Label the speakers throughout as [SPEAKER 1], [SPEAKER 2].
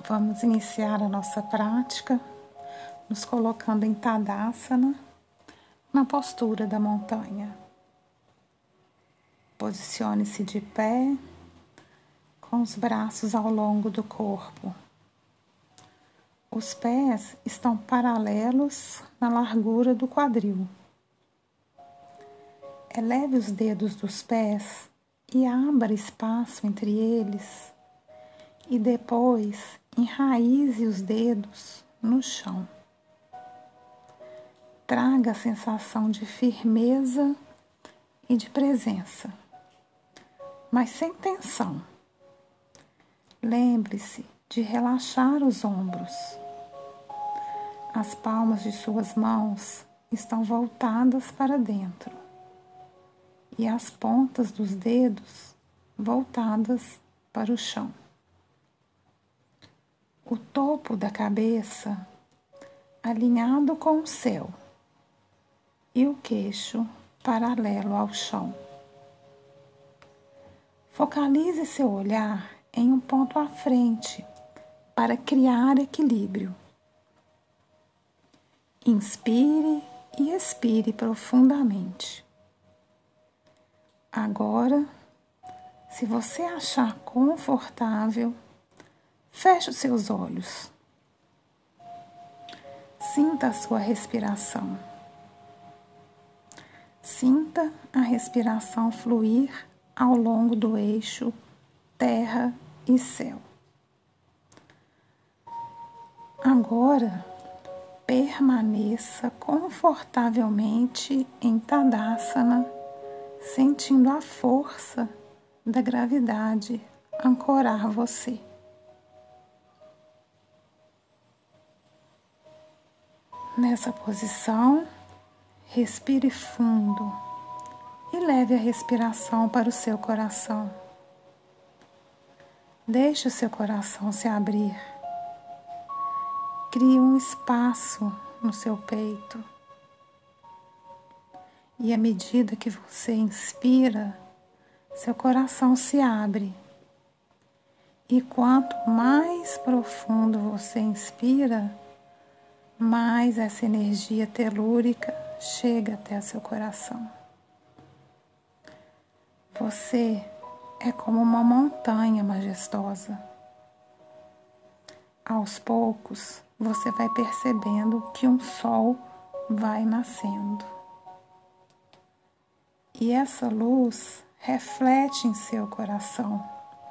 [SPEAKER 1] Vamos iniciar a nossa prática nos colocando em Tadasana, na postura da montanha. Posicione-se de pé, com os braços ao longo do corpo. Os pés estão paralelos na largura do quadril. Eleve os dedos dos pés e abra espaço entre eles, e depois enraize os dedos no chão. Traga a sensação de firmeza e de presença, mas sem tensão. Lembre-se de relaxar os ombros. As palmas de suas mãos estão voltadas para dentro e as pontas dos dedos voltadas para o chão. O topo da cabeça alinhado com o céu e o queixo paralelo ao chão. Focalize seu olhar em um ponto à frente para criar equilíbrio. Inspire e expire profundamente. Agora, se você achar confortável, feche os seus olhos. Sinta a sua respiração. Sinta a respiração fluir ao longo do eixo terra e céu. Agora, permaneça confortavelmente em Tadasana, sentindo a força da gravidade ancorar você. Nessa posição, respire fundo e leve a respiração para o seu coração. Deixe o seu coração se abrir. Crie um espaço no seu peito. E à medida que você inspira, seu coração se abre. E quanto mais profundo você inspira, mais essa energia telúrica chega até seu coração. Você é como uma montanha majestosa. Aos poucos, você vai percebendo que um sol vai nascendo. E essa luz reflete em seu coração.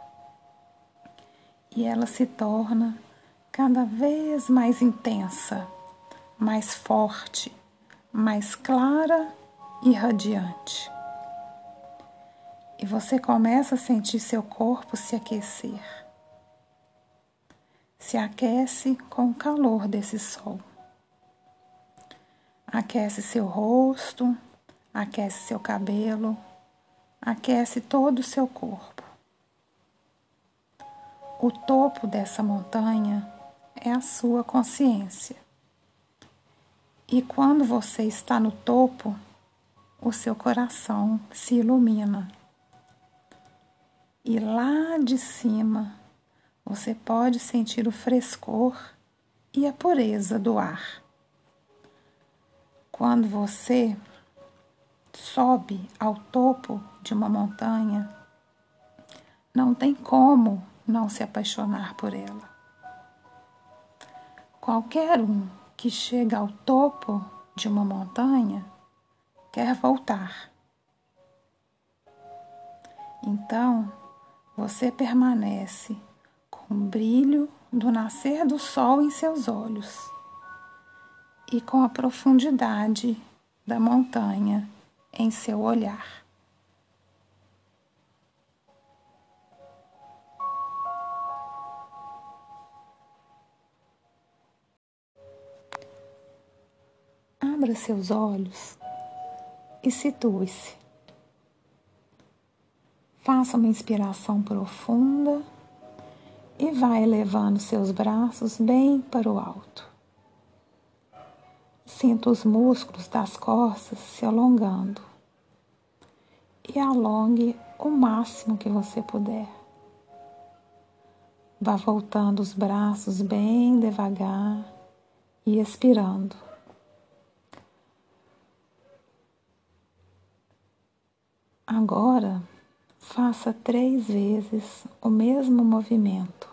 [SPEAKER 1] E ela se torna cada vez mais intensa, mais forte, mais clara e radiante. E você começa a sentir seu corpo se aquecer. Se aquece com o calor desse sol. Aquece seu rosto, aquece seu cabelo, aquece todo o seu corpo. O topo dessa montanha é a sua consciência. E quando você está no topo, o seu coração se ilumina. E lá de cima, você pode sentir o frescor e a pureza do ar. Quando você sobe ao topo de uma montanha, não tem como não se apaixonar por ela. Qualquer um que chega ao topo de uma montanha quer voltar. Então, você permanece com o brilho do nascer do sol em seus olhos e com a profundidade da montanha em seu olhar. Abra seus olhos e situe-se. Faça uma inspiração profunda e vai elevando seus braços bem para o alto. Sinta os músculos das costas se alongando e alongue o máximo que você puder. Vá voltando os braços bem devagar e expirando. Agora, faça 3 vezes o mesmo movimento,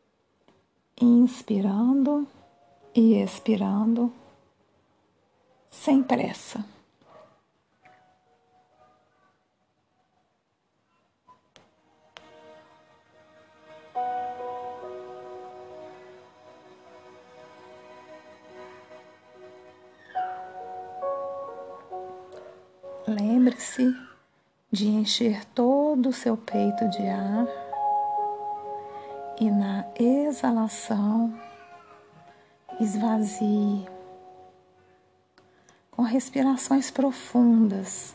[SPEAKER 1] inspirando e expirando, sem pressa. Lembre-se de encher todo o seu peito de ar e na exalação esvazie com respirações profundas.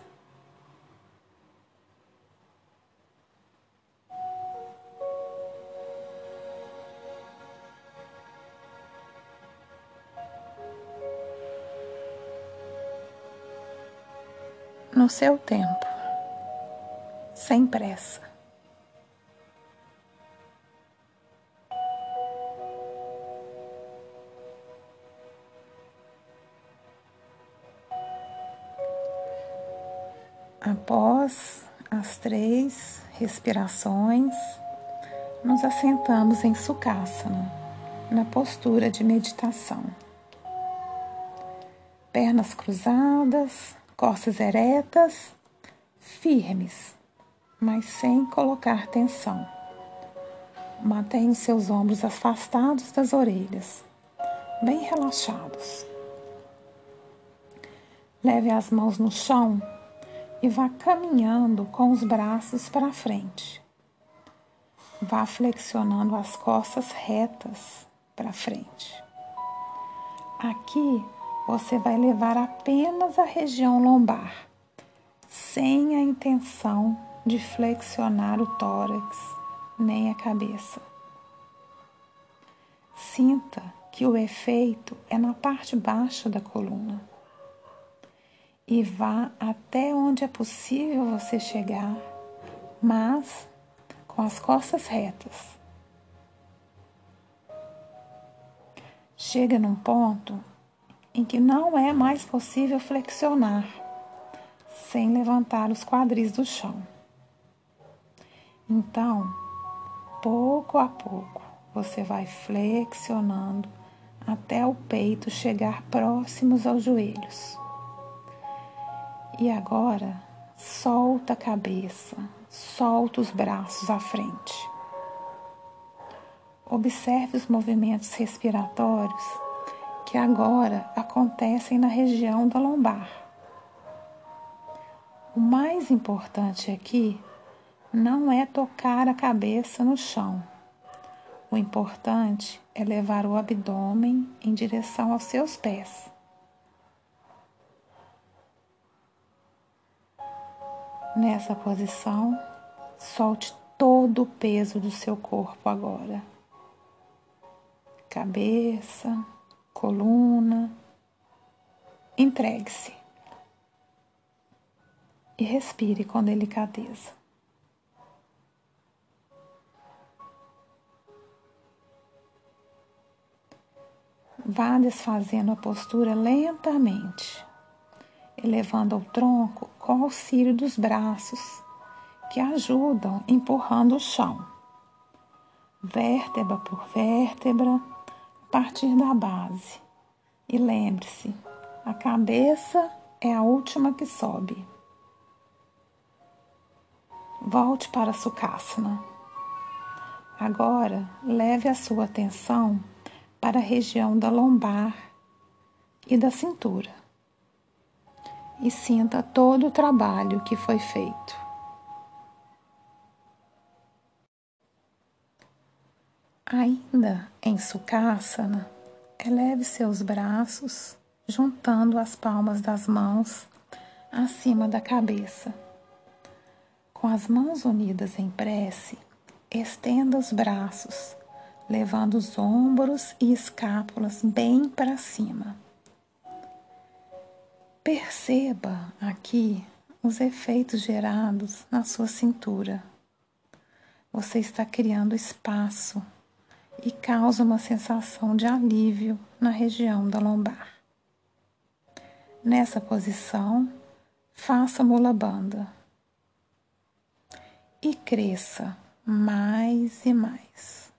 [SPEAKER 1] No seu tempo, sem pressa. Após as 3 respirações, nos assentamos em Sukhasana, na postura de meditação. Pernas cruzadas, costas eretas, firmes, mas sem colocar tensão. Mantenha seus ombros afastados das orelhas, bem relaxados. Leve as mãos no chão e vá caminhando com os braços para frente. Vá flexionando as costas retas para frente. Aqui você vai levar apenas a região lombar, sem a intenção de flexionar o tórax nem a cabeça. Sinta que o efeito é na parte baixa da coluna. E vá até onde é possível você chegar, mas com as costas retas. Chega num ponto em que não é mais possível flexionar, sem levantar os quadris do chão. Então, pouco a pouco, você vai flexionando até o peito chegar próximos aos joelhos. E agora, solta a cabeça, solta os braços à frente. Observe os movimentos respiratórios que agora acontecem na região da lombar. O mais importante aqui não é tocar a cabeça no chão. O importante é levar o abdômen em direção aos seus pés. Nessa posição, solte todo o peso do seu corpo agora. Cabeça, coluna. Entregue-se. E respire com delicadeza. Vá desfazendo a postura lentamente, elevando o tronco com o auxílio dos braços, que ajudam empurrando o chão, vértebra por vértebra, a partir da base. E lembre-se, a cabeça é a última que sobe. Volte para Sukhasana. Agora, leve a sua atenção para a região da lombar e da cintura. E sinta todo o trabalho que foi feito. Ainda em Sukhasana, eleve seus braços, juntando as palmas das mãos acima da cabeça. Com as mãos unidas em prece, estenda os braços, levando os ombros e escápulas bem para cima. Perceba aqui os efeitos gerados na sua cintura. Você está criando espaço e causa uma sensação de alívio na região da lombar. Nessa posição, faça mula bandha e cresça mais e mais,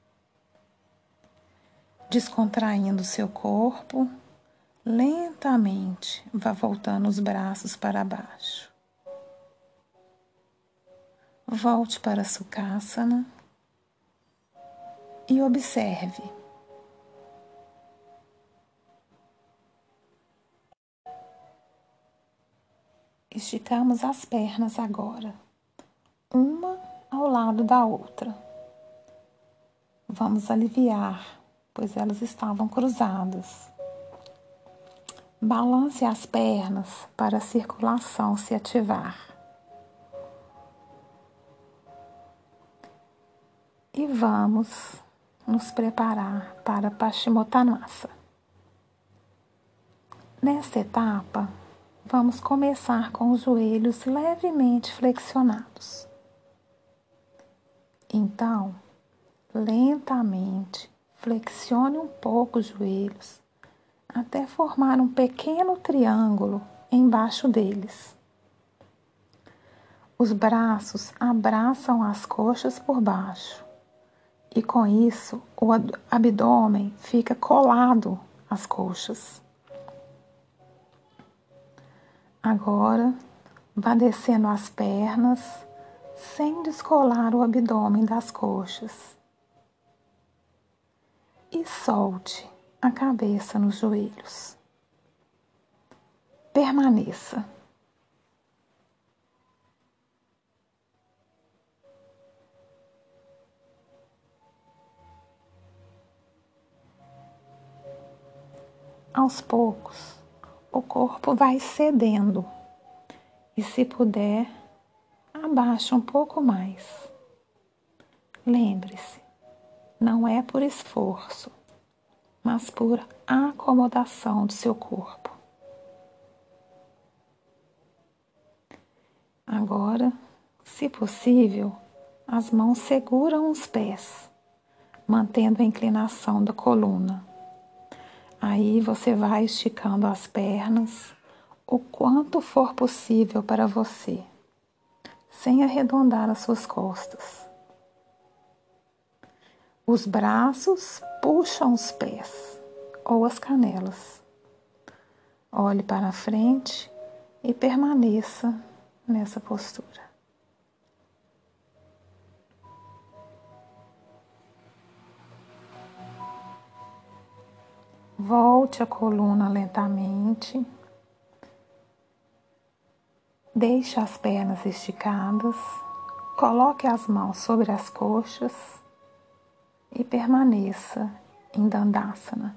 [SPEAKER 1] descontraindo seu corpo. Lentamente vá voltando os braços para baixo. Volte para Sukhasana e observe. Esticamos as pernas agora, uma ao lado da outra. Vamos aliviar, pois elas estavam cruzadas. Balance as pernas para a circulação se ativar. E vamos nos preparar para Paschimottanasana. Nesta etapa, vamos começar com os joelhos levemente flexionados. Então, lentamente, flexione um pouco os joelhos até formar um pequeno triângulo embaixo deles. Os braços abraçam as coxas por baixo e com isso o abdômen fica colado às coxas. Agora, vá descendo as pernas sem descolar o abdômen das coxas e solte a cabeça nos joelhos. Permaneça. Aos poucos, o corpo vai cedendo e, se puder, abaixa um pouco mais. Lembre-se, não é por esforço, mas por acomodação do seu corpo. Agora, se possível, as mãos seguram os pés, mantendo a inclinação da coluna. Aí você vai esticando as pernas o quanto for possível para você, sem arredondar as suas costas. Os braços puxam os pés ou as canelas. Olhe para a frente e permaneça nessa postura. Volte a coluna lentamente. Deixe as pernas esticadas. Coloque as mãos sobre as coxas e permaneça em Dandasana.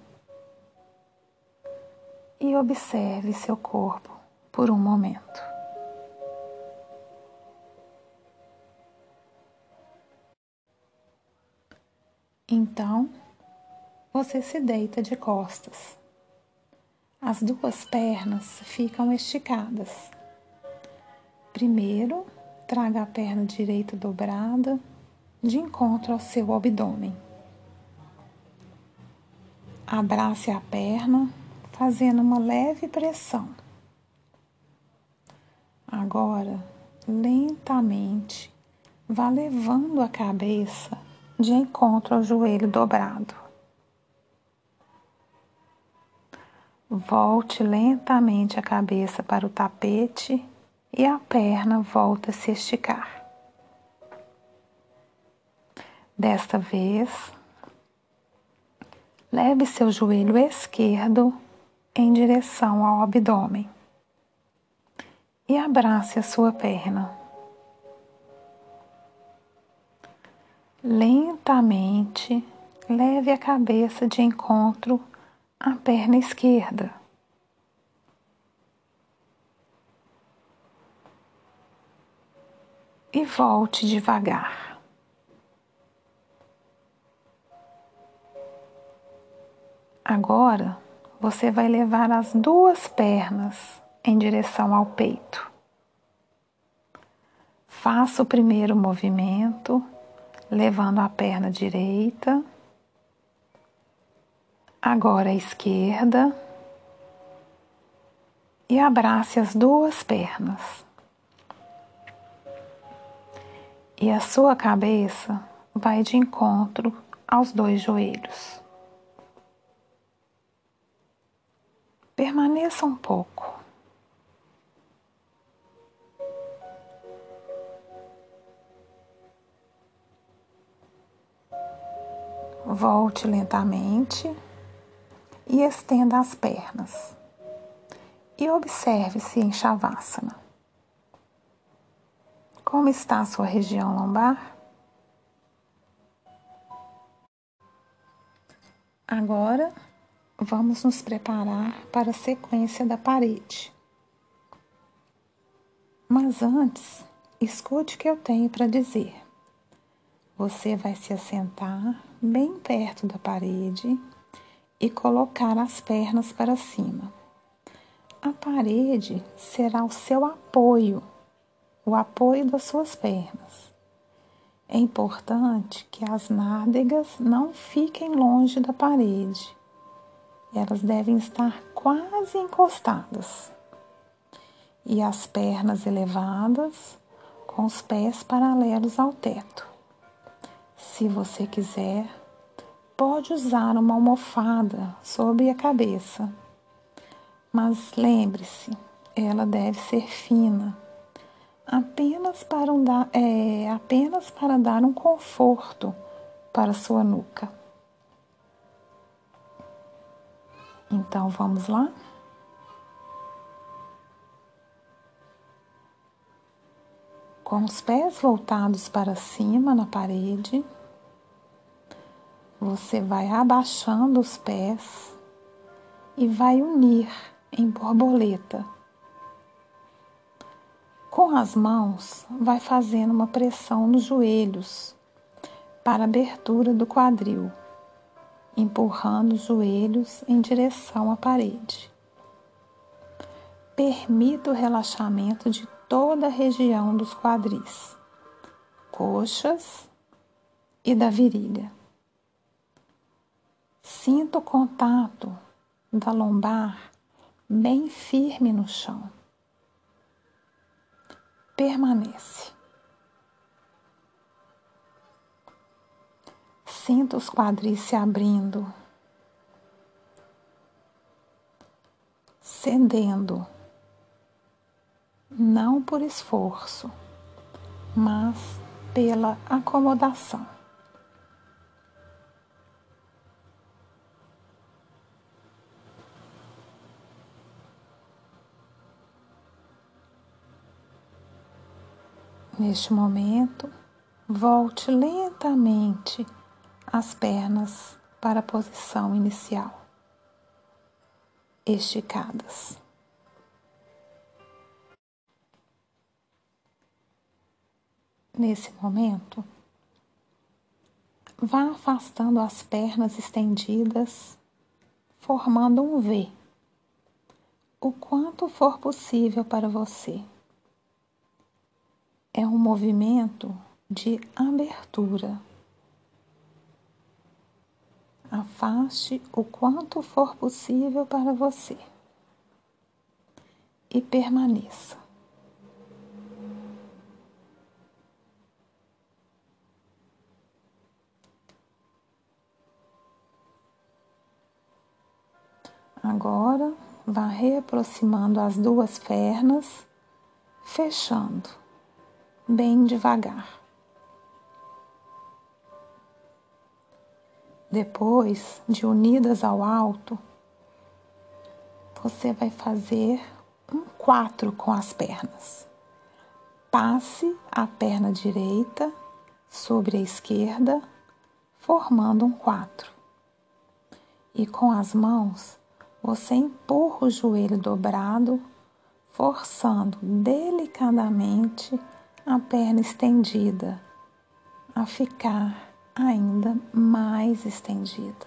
[SPEAKER 1] E observe seu corpo por um momento. Então, você se deita de costas. As duas pernas ficam esticadas. Primeiro, traga a perna direita dobrada de encontro ao seu abdômen. Abrace a perna, fazendo uma leve pressão. Agora, lentamente, vá levando a cabeça de encontro ao joelho dobrado. Volte lentamente a cabeça para o tapete e a perna volta a se esticar. Desta vez, leve seu joelho esquerdo em direção ao abdômen e abrace a sua perna. Lentamente, leve a cabeça de encontro à perna esquerda. E volte devagar. Agora, você vai levar as duas pernas em direção ao peito. Faça o primeiro movimento, levando a perna direita Agora a esquerda e abrace as duas pernas. E a sua cabeça vai de encontro aos dois joelhos. Permaneça um pouco. Volte lentamente e estenda as pernas. E observe-se em Shavasana. Como está a sua região lombar? Agora, vamos nos preparar para a sequência da parede. Mas antes, escute o que eu tenho para dizer. Você vai se assentar bem perto da parede e colocar as pernas para cima. A parede será o seu apoio, o apoio das suas pernas. É importante que as nádegas não fiquem longe da parede. Elas devem estar quase encostadas. E as pernas elevadas, com os pés paralelos ao teto. Se você quiser, pode usar uma almofada sobre a cabeça. Mas lembre-se, ela deve ser fina, apenas para dar um conforto para sua nuca. Então vamos lá? Com os pés voltados para cima na parede, você vai abaixando os pés e vai unir em borboleta. Com as mãos, vai fazendo uma pressão nos joelhos para a abertura do quadril, empurrando os joelhos em direção à parede. Permita o relaxamento de toda a região dos quadris, coxas e da virilha. Sinta o contato da lombar bem firme no chão. Permanece. Sinta os quadris se abrindo, cedendo, não por esforço, mas pela acomodação. Neste momento, volte lentamente as pernas para a posição inicial, esticadas. Nesse momento, vá afastando as pernas estendidas, formando um V, o quanto for possível para você. É um movimento de abertura. Afaste o quanto for possível para você e permaneça. Agora, vá reaproximando as duas pernas, fechando, bem devagar. Depois de unidas ao alto, você vai fazer um 4 com as pernas. Passe a perna direita sobre a esquerda, formando um 4. E com as mãos, você empurra o joelho dobrado, forçando delicadamente a perna estendida a ficar ainda mais estendida.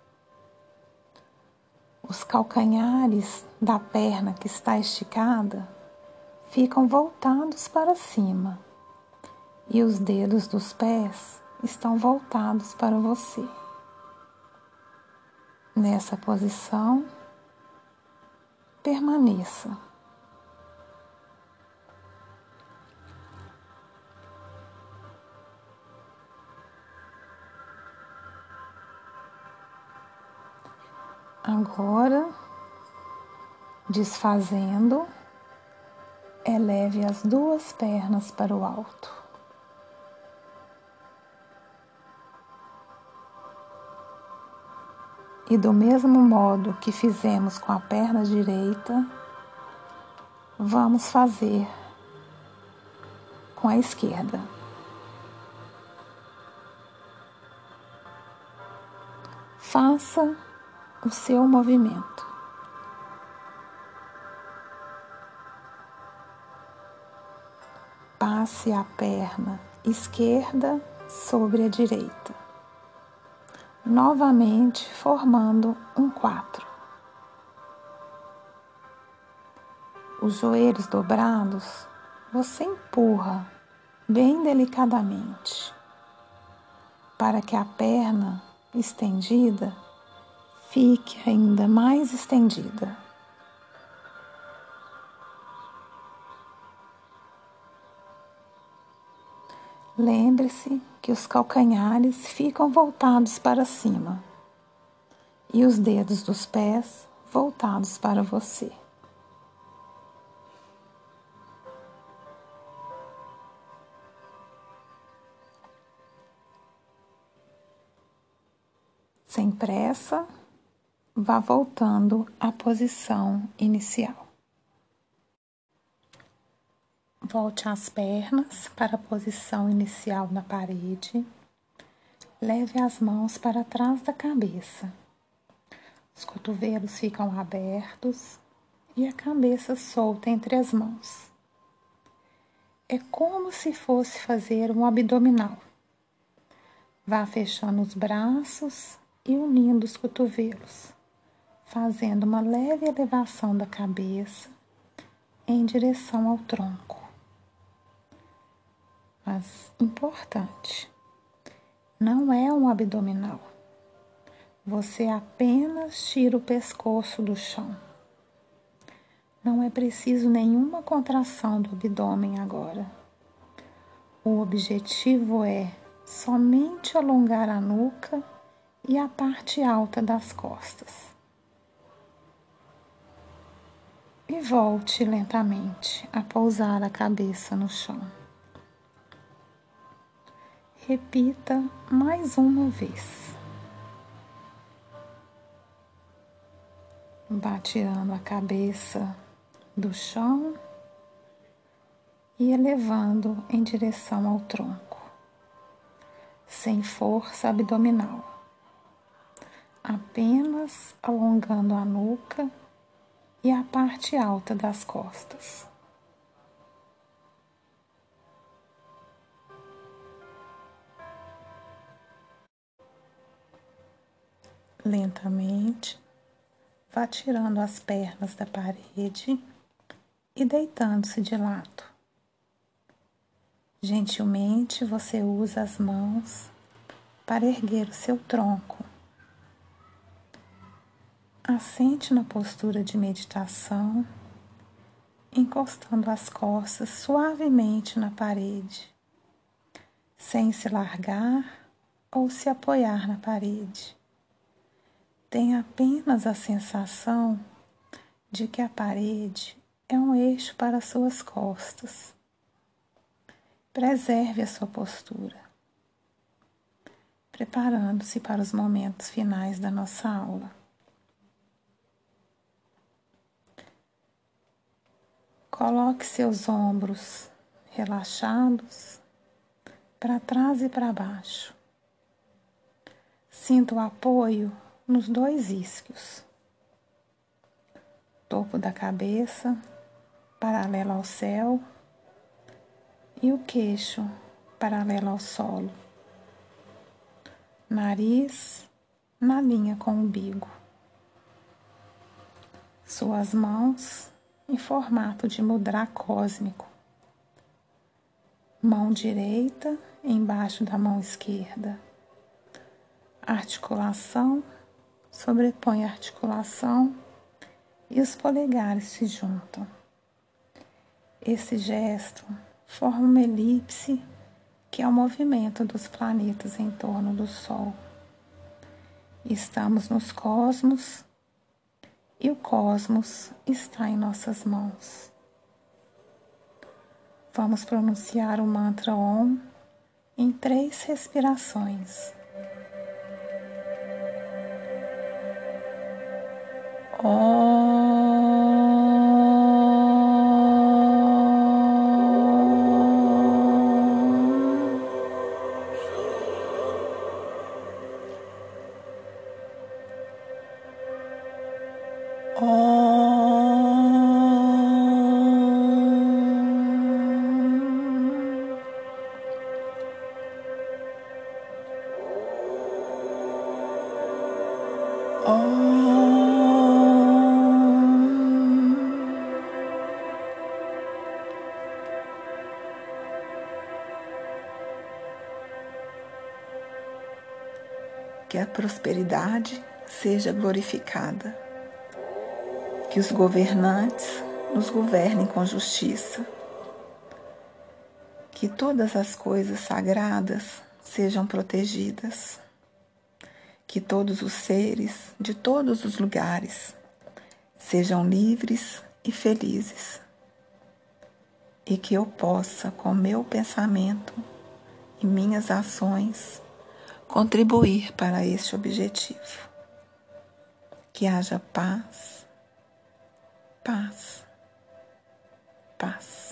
[SPEAKER 1] Os calcanhares da perna que está esticada ficam voltados para cima e os dedos dos pés estão voltados para você. Nessa posição, permaneça. Agora, desfazendo, eleve as duas pernas para o alto. E do mesmo modo que fizemos com a perna direita, vamos fazer com a esquerda. Faça o seu movimento. Passe a perna esquerda sobre a direita, novamente formando um 4. Os joelhos dobrados, você empurra bem delicadamente, para que a perna estendida fique ainda mais estendida. Lembre-se que os calcanhares ficam voltados para cima e os dedos dos pés voltados para você. Sem pressa, vá voltando à posição inicial. Volte as pernas para a posição inicial na parede. Leve as mãos para trás da cabeça. Os cotovelos ficam abertos e a cabeça solta entre as mãos. É como se fosse fazer um abdominal. Vá fechando os braços e unindo os cotovelos, fazendo uma leve elevação da cabeça em direção ao tronco. Mas, importante, não é um abdominal. Você apenas tira o pescoço do chão. Não é preciso nenhuma contração do abdômen agora. O objetivo é somente alongar a nuca e a parte alta das costas. E volte lentamente a pousar a cabeça no chão. Repita mais uma vez. Vá tirando a cabeça do chão e elevando em direção ao tronco, sem força abdominal, apenas alongando a nuca e a parte alta das costas. Lentamente, vá tirando as pernas da parede e deitando-se de lado. Gentilmente, você usa as mãos para erguer o seu tronco. Assente na postura de meditação, encostando as costas suavemente na parede, sem se largar ou se apoiar na parede. Tenha apenas a sensação de que a parede é um eixo para suas costas. Preserve a sua postura, preparando-se para os momentos finais da nossa aula. Coloque seus ombros relaxados para trás e para baixo. Sinta o apoio nos dois isquios. Topo da cabeça, paralelo ao céu, e o queixo paralelo ao solo. Nariz na linha com o umbigo. Suas mãos em formato de mudra cósmico. Mão direita embaixo da mão esquerda. Articulação sobrepõe a articulação e os polegares se juntam. Esse gesto forma uma elipse, que é o movimento dos planetas em torno do Sol. Estamos nos cosmos e o cosmos está em nossas mãos. Vamos pronunciar o mantra Om em 3 respirações. Que a prosperidade seja glorificada, que os governantes nos governem com justiça, que todas as coisas sagradas sejam protegidas, que todos os seres de todos os lugares sejam livres e felizes, e que eu possa, com meu pensamento e minhas ações, contribuir para este objetivo. Que haja paz, paz, paz.